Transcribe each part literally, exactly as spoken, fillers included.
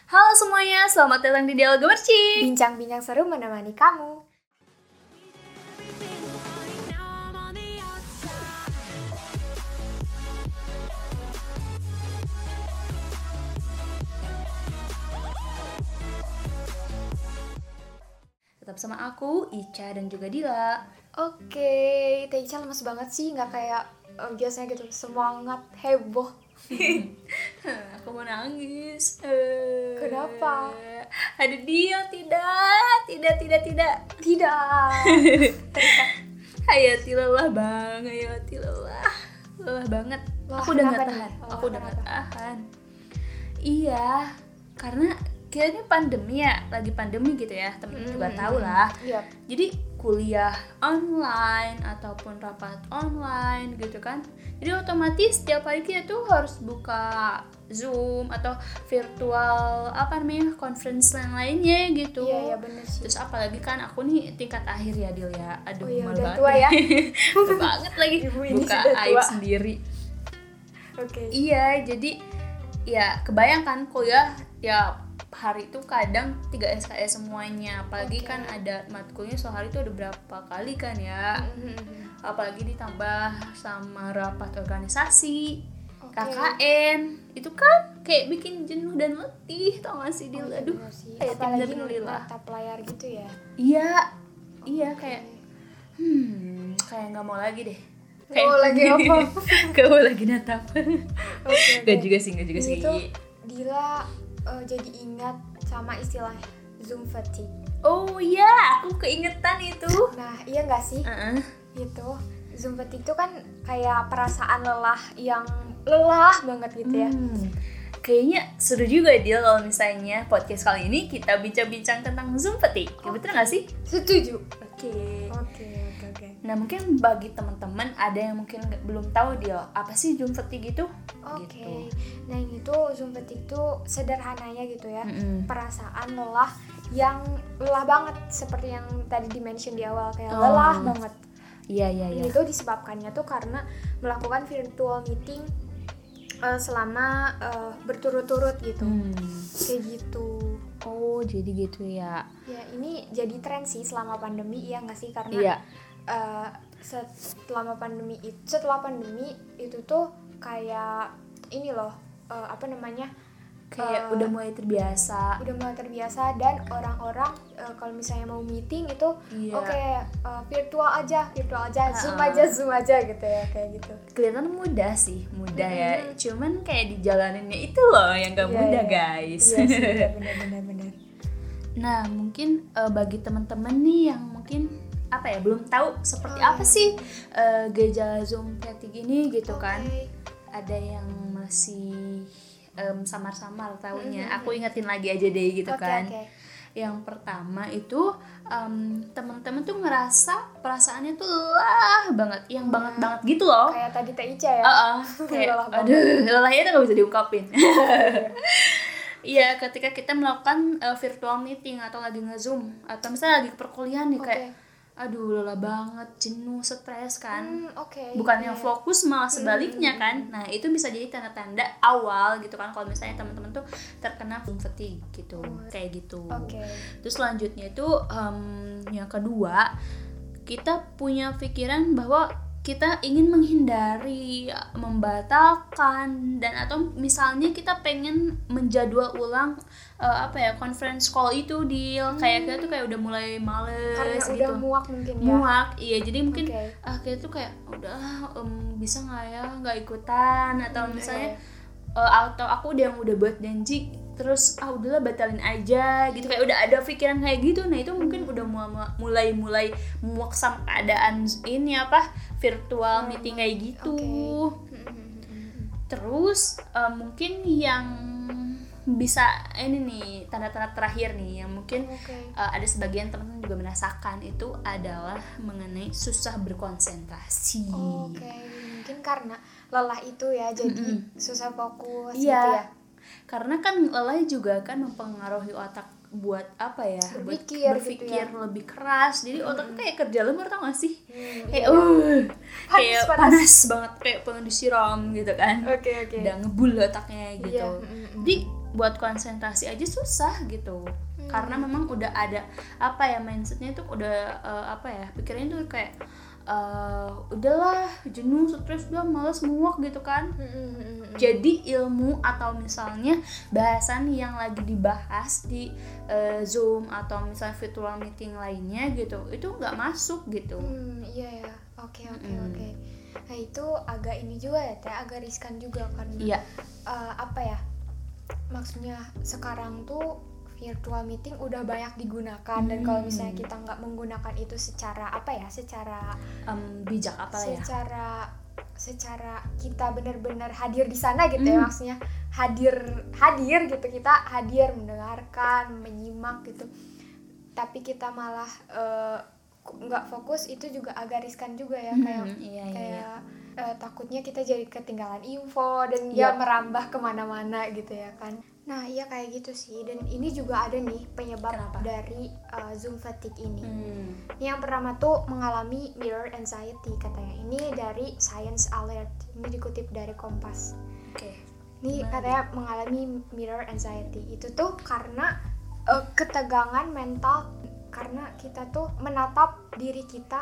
Halo semuanya, selamat datang di Dialog Gemercik. Bincang-bincang seru menemani kamu. Tetap sama aku, Ica dan juga Dila. Oke, Teh Ica lemes banget sih, nggak kayak uh, biasanya gitu, semangat, heboh. Aku mau nangis. Kenapa? Ada dia, tidak, tidak, tidak, tidak. Tidak. Hayati lelah bang, hayati lelah, lelah banget. Wah, aku udah nggak kenapa tahan, nih? Oh, aku udah nggak kenapa? tahan. Iya, karena kayaknya pandemi ya, lagi pandemi gitu ya, temen-temen juga tahu lah. Iya. Jadi kuliah online ataupun rapat online gitu kan. Jadi otomatis setiap hari kita tuh harus buka Zoom atau virtual apa namanya conference yang lainnya gitu. Iya, iya bener sih. Terus apalagi kan aku nih tingkat akhir ya Dil ya. Aduh, Oh iya, malu udah banget tua nih. ya. Tua banget lagi. Ibu ini Buka sudah aib tua. sendiri. Oke. Iya, jadi ya kebayang kan kuliah ya hari itu kadang tiga S K S semuanya. Apalagi Oke. kan ada matkulnya sehari itu ada berapa kali kan ya. Mhm. Apalagi ditambah sama rapat organisasi, Oke. K K N. Itu kan kayak bikin jenuh dan letih, tau gak sih Dil? Oh, iya Aduh, bener sih. kayak Apalagi bener-bener lilah. natap layar gitu ya. Iya, iya kayak hmm, kayak nggak mau lagi deh. Oh, lagi apa? Gak mau lagi natap. Oke. Gak juga sih, gak juga Ini sih. tuh Dila uh, jadi ingat sama istilah Zoom fatigue. Oh iya, aku keingetan itu. Nah, iya nggak sih? Uh-uh. Gitu. Zoom fatigue itu kan kayak perasaan lelah yang lelah banget gitu ya. Hmm, kayaknya seru juga dia kalau misalnya podcast kali ini kita bincang-bincang tentang Zoom fatigue. Ya, betul nggak sih? Setuju. Oke. Oke, oke, oke. Nah mungkin bagi teman-teman ada yang mungkin nggak- belum tahu dia apa sih Zoom fatigue itu? Oke. Gitu. Nah, ini tuh Zoom fatigue tuh sederhananya gitu ya. Mm-mm. Perasaan lelah yang lelah banget seperti yang tadi di-mention di awal kayak Oh. lelah banget. Iya iya iya. Ini tuh disebabkannya tuh karena melakukan virtual meeting uh, selama uh, berturut-turut gitu. Hmm. Kayak gitu. Oh jadi gitu ya. Ya, ini jadi tren sih selama pandemi, ya nggak sih? Karena Iya. uh, selama pandemi itu, setelah pandemi itu tuh kayak ini loh, uh, apa namanya? Kayak Uh, udah mulai terbiasa. udah mulai terbiasa dan orang-orang uh, kalau misalnya mau meeting itu Iya. oke uh, virtual aja, virtual aja, zoom Uh-uh. aja, zoom aja gitu ya, kayak gitu. Kelihatan mudah sih, mudah ya. Mm-hmm. Cuman kayak dijalaninnya itu loh yang gak Iya, mudah iya. guys. Iya sih, benar-benar benar. Nah mungkin uh, bagi teman-teman nih yang mungkin apa ya belum tahu seperti Oh, apa iya. sih uh, gejala Zoom fatigue ini gitu kan. Oke. Ada yang masih um, samar-samar taunya. Mhm. Aku ingetin lagi aja deh gitu Oke, kan. oke. Yang pertama itu um, teman-teman tuh ngerasa perasaannya tuh lelah banget, yang banget banget gitu loh. Kayak tadi Teh Ica ya. Uh-uh, kayak Lelah banget. aduh lelahnya tuh gak bisa diungkapin. Iya, ketika kita melakukan uh, virtual meeting atau lagi nge-zoom atau misalnya lagi perkuliahan nih Oke. kayak aduh lelah banget, jenuh, stres kan. Hmm, oke. Bukannya Iya. fokus malah sebaliknya kan. Nah, itu bisa jadi tanda-tanda awal gitu kan kalau misalnya teman-teman tuh terkena Zoom fatigue gitu. Kayak gitu. Oke. Terus selanjutnya itu um, yang kedua, kita punya pikiran bahwa kita ingin menghindari, membatalkan dan atau misalnya kita pengen menjadwal ulang uh, apa ya conference call itu deal kayak kita tuh kayak udah mulai males Karena gitu. udah muak mungkin ya. Muak, iya jadi mungkin Oke. ah kita tuh kayak udah um, bisa nggak ya nggak ikutan atau Hmm, misalnya iya. uh, atau aku udah yang udah buat janji terus ah udahlah batalin aja gitu kayak udah ada pikiran kayak gitu. Nah itu mungkin udah mulai mulai muak sama keadaan ini apa virtual meeting kayak gitu. Oke. Terus uh, mungkin yang bisa ini nih tanda-tanda terakhir nih yang mungkin Oke. uh, ada sebagian teman-teman juga merasakan itu adalah mengenai susah berkonsentrasi. Oke, mungkin karena lelah itu ya jadi susah fokus Iya. gitu ya. Karena kan lelah juga kan mempengaruhi otak buat apa ya? Berpikir buat gitu berpikir ya. lebih keras. Jadi otaknya kayak kerja lemur tau gak sih? Hmm, Kayak iya. uh, Panas, kayak panas. panas banget kayak pengen disiram gitu kan. Oke, oke. Udah ngebul otaknya gitu. Iya, mm, mm. Jadi buat konsentrasi aja susah gitu. Hmm. Karena memang udah ada apa ya mindsetnya itu udah uh, apa ya pikirannya tuh kayak uh, udahlah jenuh, stres, udah malas, muak gitu kan. Hmm. Jadi ilmu atau misalnya bahasan yang lagi dibahas di uh, Zoom atau misalnya virtual meeting lainnya gitu itu nggak masuk gitu. Hmm, iya ya, oke oke oke. Nah itu agak ini juga ya teh, agak riskan juga karena iya. uh, apa ya maksudnya sekarang tuh virtual meeting udah banyak digunakan hmm. dan kalau misalnya kita nggak menggunakan itu secara apa ya secara um, bijak apa ya secara secara kita benar-benar hadir di sana gitu hmm. ya maksudnya hadir hadir gitu kita hadir mendengarkan menyimak gitu tapi kita malah uh, nggak fokus itu juga agak riskan juga ya hmm, kayak iya, kayak iya. Uh, takutnya kita jadi ketinggalan info dan dia yep. merambah kemana-mana gitu ya kan. Nah iya kayak gitu sih dan ini juga ada nih penyebab Kenapa? dari uh, Zoom fatigue ini. Hmm. Yang pertama tuh mengalami mirror anxiety katanya. Ini dari Science Alert. Ini dikutip dari Kompas. Oke. Okay. Ini Gimana? katanya mengalami mirror anxiety. Itu tuh karena uh, ketegangan mental karena kita tuh menatap diri kita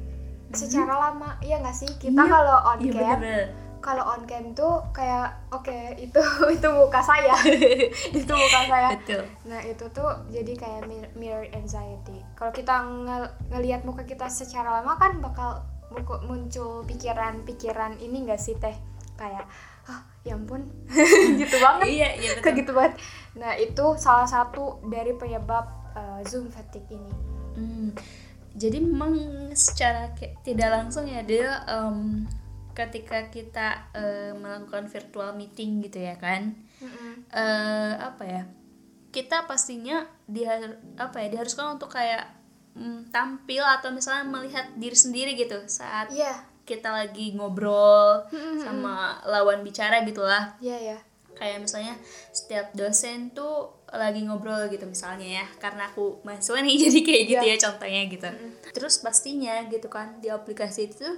secara hmm. lama, iya nggak sih kita iya. kalau on iya, cam, kalau on cam tuh kayak oke okay, itu itu muka saya, itu muka saya. Betul. Nah itu tuh jadi kayak mirror anxiety. Kalau kita ng- ngelihat muka kita secara lama kan bakal muncul pikiran-pikiran ini nggak sih teh kayak ah ya ampun gitu banget. Iya iya betul. Kayak gitu banget. Nah itu salah satu dari penyebab uh, Zoom fatigue ini. Hmm. Jadi memang secara ke- tidak langsung ya dia um, ketika kita uh, melakukan virtual meeting gitu ya kan, mm-hmm. uh, apa ya kita pastinya dia apa ya diharuskan untuk kayak um, tampil atau misalnya melihat diri sendiri gitu saat yeah. kita lagi ngobrol mm-hmm. sama lawan bicara gitulah. Iya yeah, ya. Yeah. Kayak misalnya setiap dosen tuh lagi ngobrol gitu misalnya ya karena aku mahasiswa nih jadi kayak gitu yeah. ya contohnya gitu mm-hmm. terus pastinya gitu kan di aplikasi itu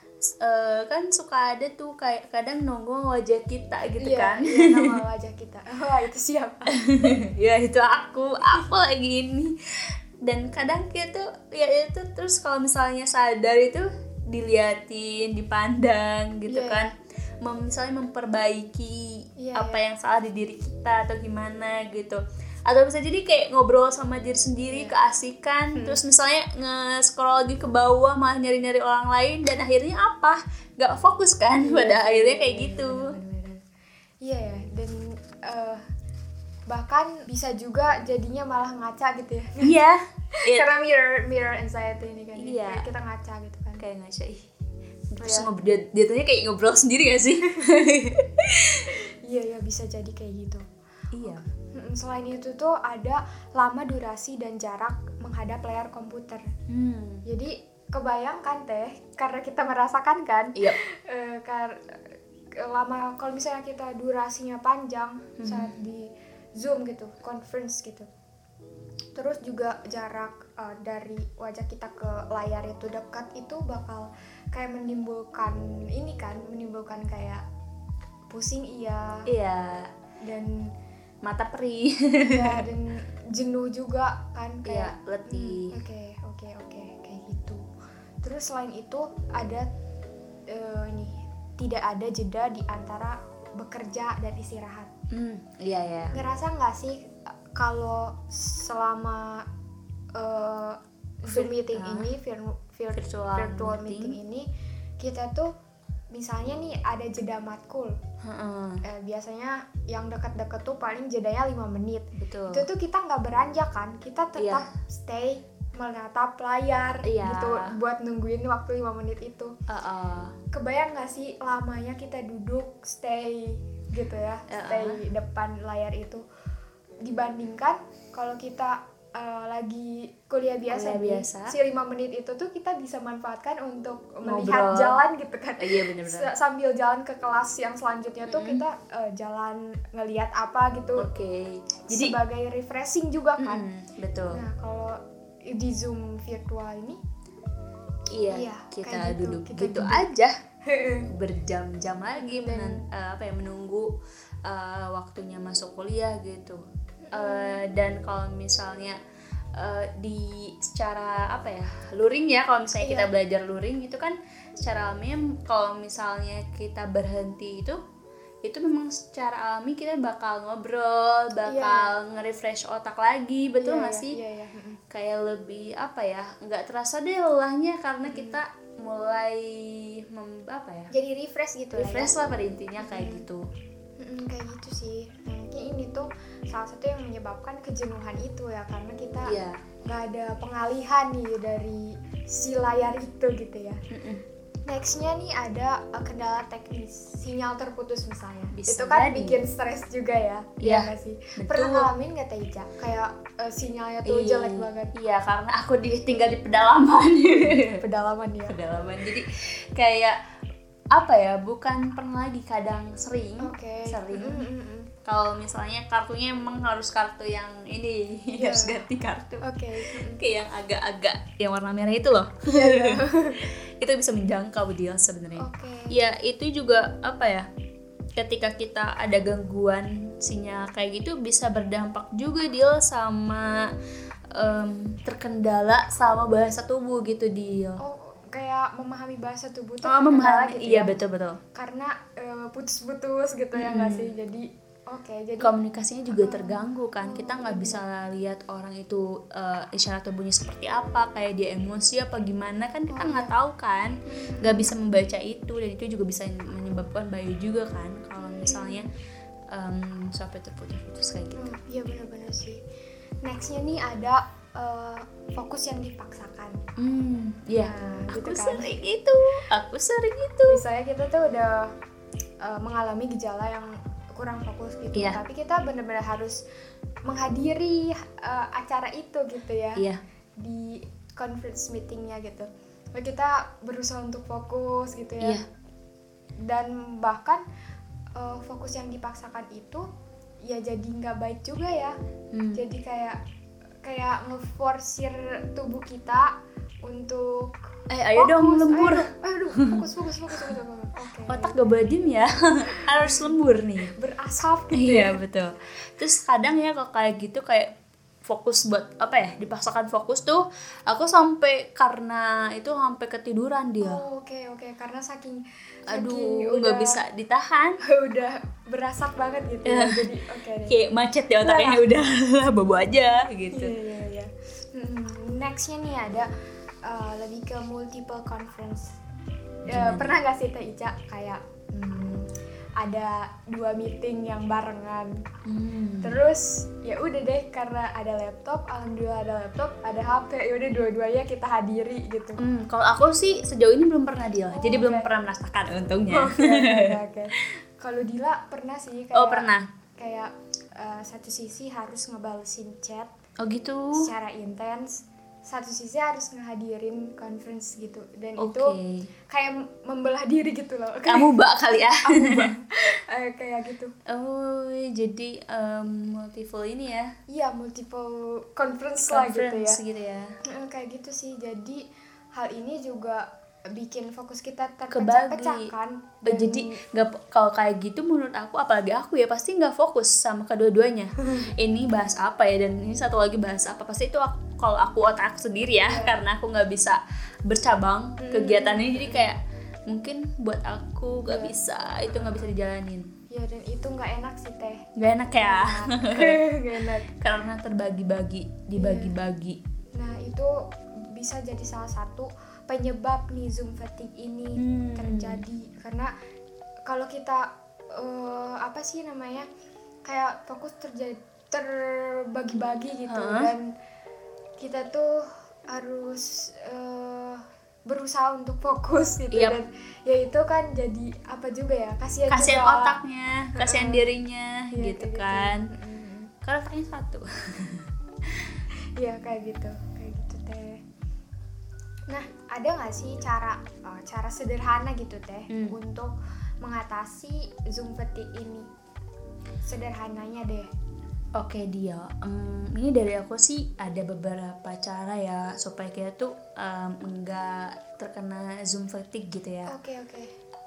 uh, kan suka ada tuh kayak kadang nongol wajah kita gitu yeah, kan iya yeah, nongol wajah kita wah itu siapa ya itu aku aku lagi ini dan kadang kita tuh ya itu terus kalau misalnya sadar itu diliatin dipandang gitu yeah. kan Mem, misalnya memperbaiki yeah, apa yeah. yang salah di diri kita atau gimana gitu atau bisa jadi kayak ngobrol sama diri sendiri yeah. keasikan hmm. terus misalnya nge-scroll lagi ke bawah malah nyari-nyari orang lain dan akhirnya apa nggak fokus kan yeah, pada yeah, akhirnya kayak yeah, gitu iya yeah, dan uh, bahkan bisa juga jadinya malah ngaca gitu ya iya yeah. karena mirror mirror anxiety ini kan yeah. kita ngaca gitu kan kayak ngaca ih terus oh, ya. ngobrol dia tuh kayak ngobrol sendiri gak sih? Iya ya bisa jadi kayak gitu. Iya. Selain itu tuh ada lama durasi dan jarak menghadap layar komputer. Hmm. Jadi kebayangkan teh karena kita merasakan kan. Iya. Uh, kar- lama kalau misalnya kita durasinya panjang hmm. saat di Zoom gitu, conference gitu. Terus juga jarak uh, dari wajah kita ke layar itu dekat itu bakal kayak menimbulkan ini kan menimbulkan kayak pusing iya iya dan mata perih ya dan jenuh juga kan kayak iya, letih oke oke oke kayak gitu. Terus selain itu ada uh, ini tidak ada jeda di antara bekerja dan istirahat. Hmm, iya ya. Ngerasa nggak sih kalau selama uh, Zoom meeting uh, ini vir- vir- virtual, virtual meeting. meeting ini kita tuh misalnya nih ada jeda matkul uh-uh. eh, biasanya yang dekat-dekat tuh paling jedanya lima menit. Betul. Itu tuh kita nggak beranjak kan, kita tetap yeah. stay menatap layar yeah. gitu buat nungguin waktu lima menit itu. uh-uh. Kebayang nggak sih lamanya kita duduk stay gitu ya, uh-uh. stay depan layar itu dibandingkan kalau kita uh, lagi kuliah biasa, kuliah biasa. Si lima menit itu tuh kita bisa manfaatkan untuk ngobrol. Melihat jalan gitu kan. Uh, iya benar-benar. S- sambil jalan ke kelas yang selanjutnya tuh mm-hmm. kita uh, jalan ngelihat apa gitu. Oke. Okay. Jadi sebagai refreshing juga kan. Mm, betul. Nah, kalau di Zoom virtual ini iya, iya kita gitu, duduk kita gitu duduk. aja berjam-jam lagi Dan, menen- uh, apa ya menunggu uh, waktunya masuk kuliah gitu. Uh, dan kalau misalnya uh, di secara apa ya luring ya, kalau misalnya kita Iya. belajar luring itu kan secara alamiah kalau misalnya kita berhenti itu itu memang secara alami kita bakal ngobrol, bakal nge-refresh otak lagi, betul nggak Iya, sih? iya, iya. Mm-mm. Kayak lebih apa ya, nggak terasa deh lelahnya karena kita mulai mem, apa ya Jadi refresh gitu refresh lah lah pada intinya kayak gitu. ya. Mm-mm, kayak gitu sih. Nah, mungkin ini tuh salah satu yang menyebabkan kejenuhan itu ya, karena kita Iya. nggak ada pengalihan nih dari si layar itu gitu ya. Mm-mm. Nextnya nih ada uh, kendala teknis, sinyal terputus misalnya. Bisa Itu kan jadi. bikin stres juga ya. Iya, nggak sih? betul. Pernah ngalamin nggak Teh Ica? Kayak uh, sinyalnya tuh Ih, jelek banget. Iya, karena aku di, tinggal di pedalaman. Pedalaman ya. pedalaman. Jadi kayak apa ya? Bukan pernah lagi, kadang sering. Oke. Sering. Mm, mm, mm. Kalau misalnya kartunya emang harus kartu yang ini, Iya. harus ganti kartu. Oke. Mm. Kayak yang agak-agak yang warna merah itu loh. Itu bisa menjangkau dia sebenarnya. Oke. Ya itu juga apa ya? Ketika kita ada gangguan sinyal kayak gitu bisa berdampak juga dia sama em, terkendala sama bahasa tubuh gitu dia. Oh, kayak memahami bahasa tubuh tuh Oh, terkendala memahami, gitu iya ya. betul betul. Karena uh, putus-putus gitu ya nggak sih. Jadi oke, jadi Komunikasinya juga terganggu kan, kita nggak bisa lihat orang itu uh, isyarat tubuhnya seperti apa, kayak dia emosi apa gimana kan kita nggak tahu kan, nggak bisa membaca itu, dan itu juga bisa menyebabkan bahaya juga kan kalau misalnya um, sampai terputus-putus kayak gitu. Hmm, iya benar-benar sih. Nextnya nih ada uh, fokus yang dipaksakan. Hmm, ya, Nah, aku gitu kan. sering itu, aku sering itu. Misalnya kita tuh udah uh, mengalami gejala yang kurang fokus gitu, Iya. tapi kita benar-benar harus menghadiri uh, acara itu gitu ya, Iya. di conference meetingnya gitu. Lalu kita berusaha untuk fokus gitu ya. Iya. Dan bahkan uh, fokus yang dipaksakan itu ya jadi nggak baik juga ya. Hmm. Jadi kayak kayak ngeforsir tubuh kita untuk Eh ayo dong lembur. ayo, aduh fokus fokus fokus fokus, fokus. Oke. Otak gak boleh diem ya, harus lembur nih. Berasap gitu. Iya betul. Terus kadang ya kalau kayak gitu kayak fokus buat apa ya, dipaksakan fokus tuh aku sampai karena itu sampai ketiduran dia. Oh, oke oke karena saking Aduh saking nggak udah- bisa ditahan. udah berasap banget gitu ya. Jadi oke deh. Kayak macet di otaknya udah bobo aja gitu. Iya iya iya. Hmm, nextnya nih ada uh, lebih ke multiple conference. Ya, pernah nggak sih Teh Ica kayak hmm, ada dua meeting yang barengan, Hmm. terus ya udah deh karena ada laptop, alhamdulillah ada laptop, ada H P, ya udah dua-duanya kita hadiri gitu. Hmm, kalau aku sih sejauh ini belum pernah deal, Oh, jadi belum oke. pernah merasakan untungnya. Oke oke oke. Kalau Dila pernah sih kayak Oh pernah. kayak uh, satu sisi harus ngebalesin chat Oh gitu. secara intens, satu sisi harus ngehadirin conference gitu, dan Oke. itu kayak membelah diri gitu loh. Kamu bak kali ya. Eh, kayak gitu. Oh jadi um, multiple ini ya. Iya, multiple conference, lah gitu ya. Conference gitu ya. Eh, kayak gitu sih. Jadi hal ini juga bikin fokus kita Kebagi. terpecah-pecah kan. Oh, jadi nggak, kalau kayak gitu menurut aku, apalagi aku ya pasti nggak fokus sama kedua-duanya. Ini bahas apa ya, dan ini satu lagi bahas apa, pasti itu aku, kalau aku otak aku sendiri ya, karena aku nggak bisa bercabang kegiatannya, jadi kayak mungkin buat aku nggak bisa, itu nggak bisa dijalanin. ya, dan itu nggak enak sih Teh. Nggak enak ya. Nggak enak. Karena terbagi-bagi, dibagi-bagi. Nah, itu bisa jadi salah satu penyebab nih Zoom fatigue ini Hmm. terjadi, karena kalau kita uh, apa sih namanya kayak fokus terjadi terbagi-bagi gitu, Huh? dan kita tuh harus uh, berusaha untuk fokus gitu. Yap. Dan ya itu kan jadi apa juga ya, kasihan Kasihan juga. otaknya, kasihan dirinya, Iya, gitu kayak kan. Mm-mm. Karena otaknya satu. Iya kayak gitu, kayak gitu Teh. Nah, ada nggak sih cara uh, cara sederhana gitu Teh Hmm. untuk mengatasi Zoom fatigue ini? Sederhananya deh. Oke dia, um, ini dari aku sih ada beberapa cara ya supaya kita tuh um, enggak terkena Zoom fatigue gitu ya. Oke oke.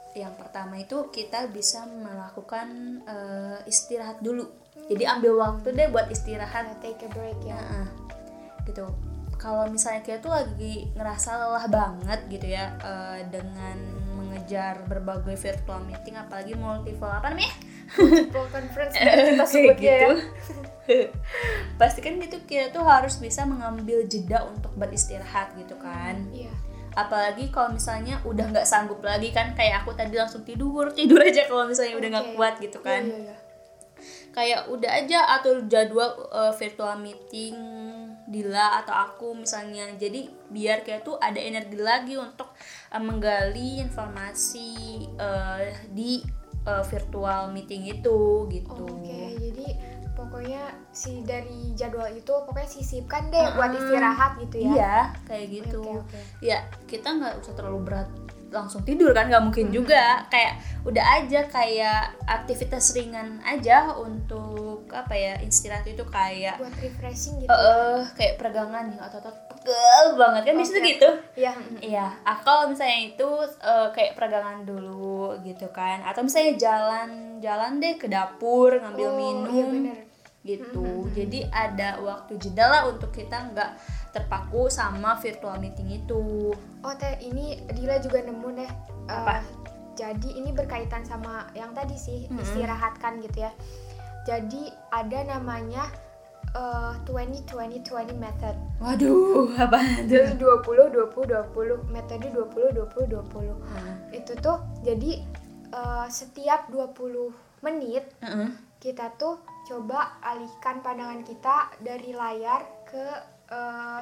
Yang pertama itu kita bisa melakukan uh, istirahat dulu. Hmm. Jadi ambil waktu deh buat istirahat, take a break ya. Nah, gitu. Kalau misalnya kita tuh lagi ngerasa lelah banget gitu ya uh, dengan mengejar berbagai virtual meeting, apalagi multiple apa namanya? Multiple conference kita sebutnya gitu. Ya. Pasti kan gitu kita tuh harus bisa mengambil jeda untuk beristirahat gitu kan. Iya. Apalagi kalau misalnya udah nggak sanggup lagi kan, kayak aku tadi langsung tidur tidur aja kalau misalnya okay. udah nggak kuat gitu kan. Iya, iya, iya. Kayak udah aja atur jadwal uh, virtual meeting Dila atau aku misalnya, jadi biar kayak tuh ada energi lagi untuk uh, menggali informasi uh, di uh, virtual meeting itu gitu. Oke, okay, jadi pokoknya si dari jadwal itu pokoknya sisipkan deh uh-huh. buat istirahat gitu ya. Iya, kayak gitu. Okay, okay. Ya kita nggak usah terlalu berat langsung tidur kan, nggak mungkin hmm. juga. Kayak udah aja kayak aktivitas ringan aja untuk apa ya, istirahat itu kayak buat refreshing gitu. Uh, kayak peregangan nih, otot-otot pegel banget kan, okay. Bisa gitu. Iya. Iya. Kalau misalnya itu uh, kayak peregangan dulu gitu kan, atau misalnya jalan-jalan deh ke dapur ngambil oh, minum. Iya bener. Gitu. Mm-hmm. Jadi ada waktu jeda lah untuk kita nggak terpaku sama virtual meeting itu. Oh teh, ini Dila juga nemu deh. Apa? Uh, jadi ini berkaitan sama yang tadi sih, mm-hmm. istirahatkan gitu ya. Jadi ada namanya uh, twenty twenty twenty method. Waduh, apa itu? Jadi dua puluh dua puluh dua puluh, metode dua puluh dua puluh dua puluh. Hmm. Itu tuh jadi uh, setiap dua puluh menit uh-uh. kita tuh coba alihkan pandangan kita dari layar ke uh,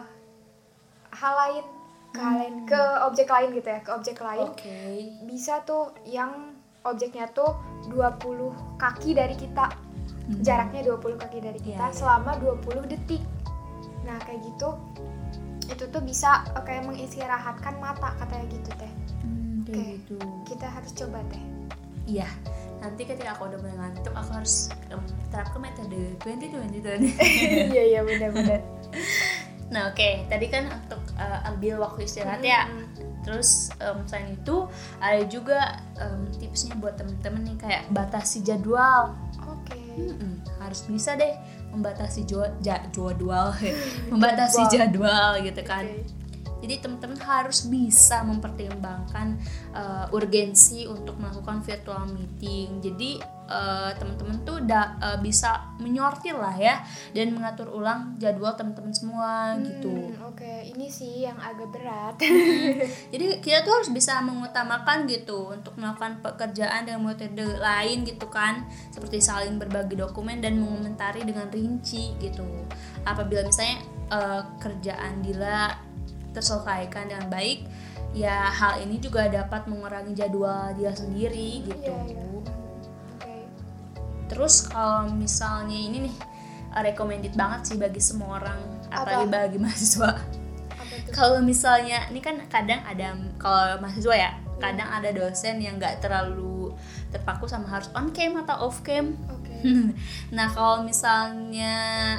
hal lain, ke hal lain, ke objek lain gitu ya, ke objek lain. Okay. Bisa tuh yang objeknya tuh dua puluh kaki dari kita. Hmm. Jaraknya dua puluh kaki dari kita, yeah, yeah. selama dua puluh detik. Nah, kayak gitu itu tuh bisa kayak mengistirahatkan mata katanya gitu teh. Hmm, kayak okay. gitu. Kita harus coba teh. Iya. Nanti ketika aku udah mulai ngantuk, aku harus um, terapkan metode twenty twenty twenty. Iya iya benar-benar. Nah, oke. Okay. Tadi kan untuk uh, ambil waktu istirahat ya. Hmm. Terus um, selain itu ada juga um, tipsnya buat temen-temen nih, kayak batasi jadwal. Oke. Okay. Hmm, harus bisa deh membatasi jadwal, jadwal, membatasi jadwal gitu kan. Okay. Jadi teman-teman harus bisa mempertimbangkan uh, urgensi untuk melakukan virtual meeting. Jadi uh, teman-teman tuh da, uh, bisa menyortir lah ya, dan mengatur ulang jadwal teman-teman semua hmm, gitu. Oke, okay. Ini sih yang agak berat. Jadi kita tuh harus bisa mengutamakan gitu untuk melakukan pekerjaan dengan metode lain gitu kan, seperti saling berbagi dokumen dan mengomentari dengan rinci gitu. Apabila misalnya uh, kerjaan Dila terselesaikan dengan baik, ya hal ini juga dapat mengurangi jadwal dia sendiri gitu. Yeah, yeah. Okay. Terus kalau misalnya ini nih recommended banget sih bagi semua orang, apalagi bagi mahasiswa. Kalau misalnya ini kan kadang ada, kalau mahasiswa ya kadang ada dosen yang nggak terlalu terpaku sama harus on cam atau off cam. Okay. Nah kalau misalnya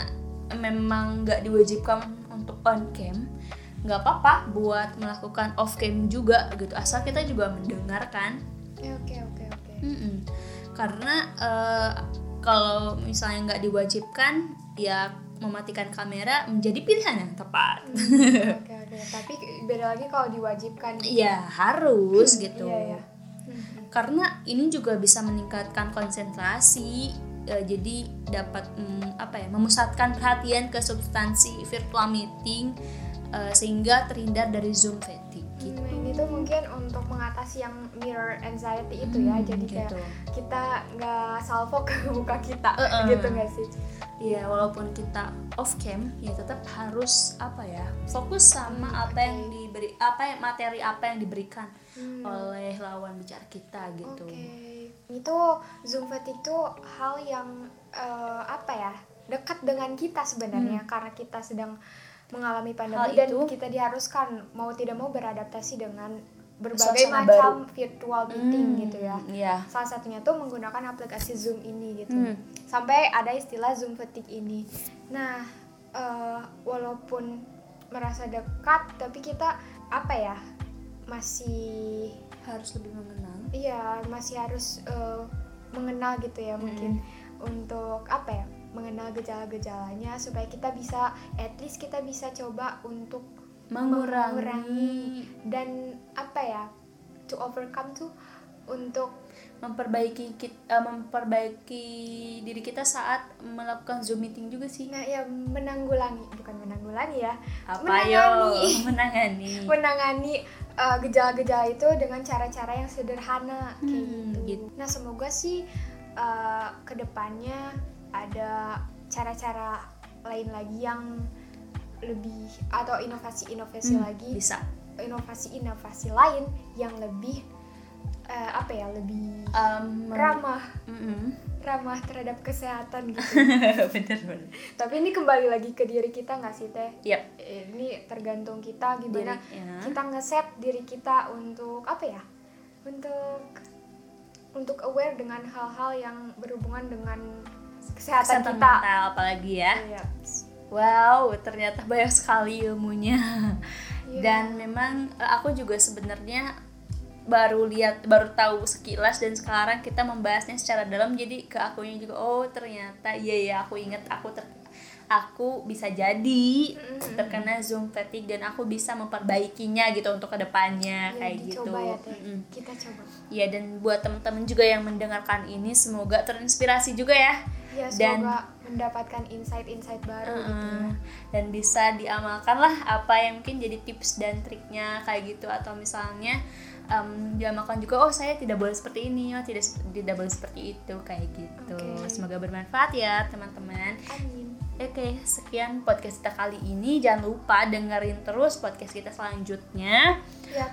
memang nggak diwajibkan untuk on cam, nggak apa-apa buat melakukan off cam juga gitu, asal kita juga mendengarkan. Oke oke oke. Karena uh, kalau misalnya nggak diwajibkan, ya mematikan kamera menjadi pilihan yang tepat. Oke oke oke. Tapi beda lagi kalau diwajibkan. Iya harus gitu. Iya, iya. Karena ini juga bisa meningkatkan konsentrasi. Uh, jadi dapat um, apa ya memusatkan perhatian ke substansi virtual meeting. Uh, sehingga terhindar dari Zoom fatigue gitu. Hmm, ini tuh mungkin untuk mengatasi yang mirror anxiety itu ya, hmm, jadi gitu. Kayak kita nggak salvo ke muka kita, uh-uh. gitu nggak sih? Iya, walaupun kita off cam, ya tetap harus apa ya fokus sama hmm, apa okay. yang diberi, apa yang materi apa yang diberikan hmm. oleh lawan bicara kita gitu. Oke, okay. Itu Zoom fatigue itu hal yang uh, apa ya dekat dengan kita sebenarnya, hmm. karena kita sedang mengalami pandemi dan kita diharuskan mau tidak mau beradaptasi dengan berbagai suasana macam baru. Virtual meeting hmm, gitu ya. Yeah. Salah satunya tuh menggunakan aplikasi Zoom ini gitu. Hmm. Sampai ada istilah Zoom fatigue ini. Nah, uh, walaupun merasa dekat tapi kita apa ya masih harus lebih mengenal. iya masih harus uh, mengenal gitu ya, mm-hmm. mungkin untuk apa ya, mengenal gejala-gejalanya supaya kita bisa at least kita bisa coba untuk mengurangi, mengurangi dan apa ya, to overcome tuh untuk memperbaiki kita, uh, memperbaiki diri kita saat melakukan Zoom meeting juga sih. Nah, ya menanggulangi, bukan menanggulangi ya. Apa menangani. yo? Menangani. menangani uh, gejala-gejala itu dengan cara-cara yang sederhana kayak hmm, gitu. gitu. Nah, semoga sih uh, kedepannya ada cara-cara lain lagi yang lebih atau inovasi-inovasi hmm, lagi. Bisa. Inovasi-inovasi lain yang lebih Uh, apa ya lebih um, ramah mm-hmm. ramah terhadap kesehatan gitu. Bener bener. Tapi ini kembali lagi ke diri kita nggak sih Teh? Yep. Ini tergantung kita gimana diri, ya. Kita ngeset diri kita untuk apa ya? Untuk untuk aware dengan hal-hal yang berhubungan dengan kesehatan, kesehatan kita. mental apalagi ya. Iya. Wow, ternyata banyak sekali ilmunya. Iya. Dan memang aku juga sebenarnya baru lihat baru tahu sekilas dan sekarang kita membahasnya secara dalam, jadi ke akunya juga oh ternyata iya ya aku ingat aku ter, aku bisa jadi mm-hmm. terkena Zoom fatigue dan aku bisa memperbaikinya gitu untuk kedepannya ya, kayak gitu. Ya, mm-hmm. Kita coba. Ya, dan buat teman-teman juga yang mendengarkan ini semoga terinspirasi juga ya. Ya, semoga dan, mendapatkan insight-insight baru uh, gitu ya. Dan bisa diamalkan lah apa yang mungkin jadi tips dan triknya kayak gitu, atau misalnya Um, diamalkan juga oh saya tidak boleh seperti ini, oh tidak tidak boleh seperti itu kayak gitu. Okay. Semoga bermanfaat ya teman-teman. Amin. Oke, okay, sekian podcast kita kali ini. Jangan lupa dengerin terus podcast kita selanjutnya. Yep.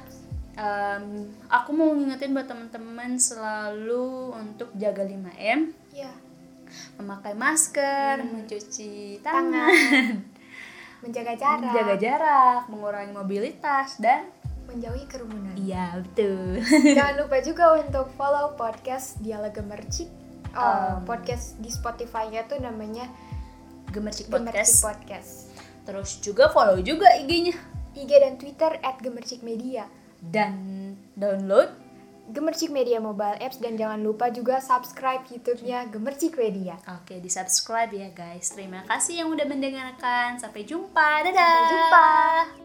Um, aku mau ngingetin buat teman-teman selalu untuk jaga lima M. Yeah. Memakai masker, hmm. mencuci tangan, tangan. menjaga jarak, menjaga jarak, mengurangi mobilitas dan menjauhi kerumunan. Iya, betul. Jangan lupa juga untuk follow podcast Dialog Gemercik. Oh, um, podcast di Spotify-nya tuh namanya Gemercik Podcast. Gemercik Podcast. Terus juga follow juga I G-nya. I G dan Twitter at gemercik media. Dan download Gemercik Media mobile apps, dan jangan lupa juga subscribe YouTube-nya Gemercik Media. Oke, di-subscribe ya guys. Terima kasih yang udah mendengarkan. Sampai jumpa. Dadah. Sampai jumpa.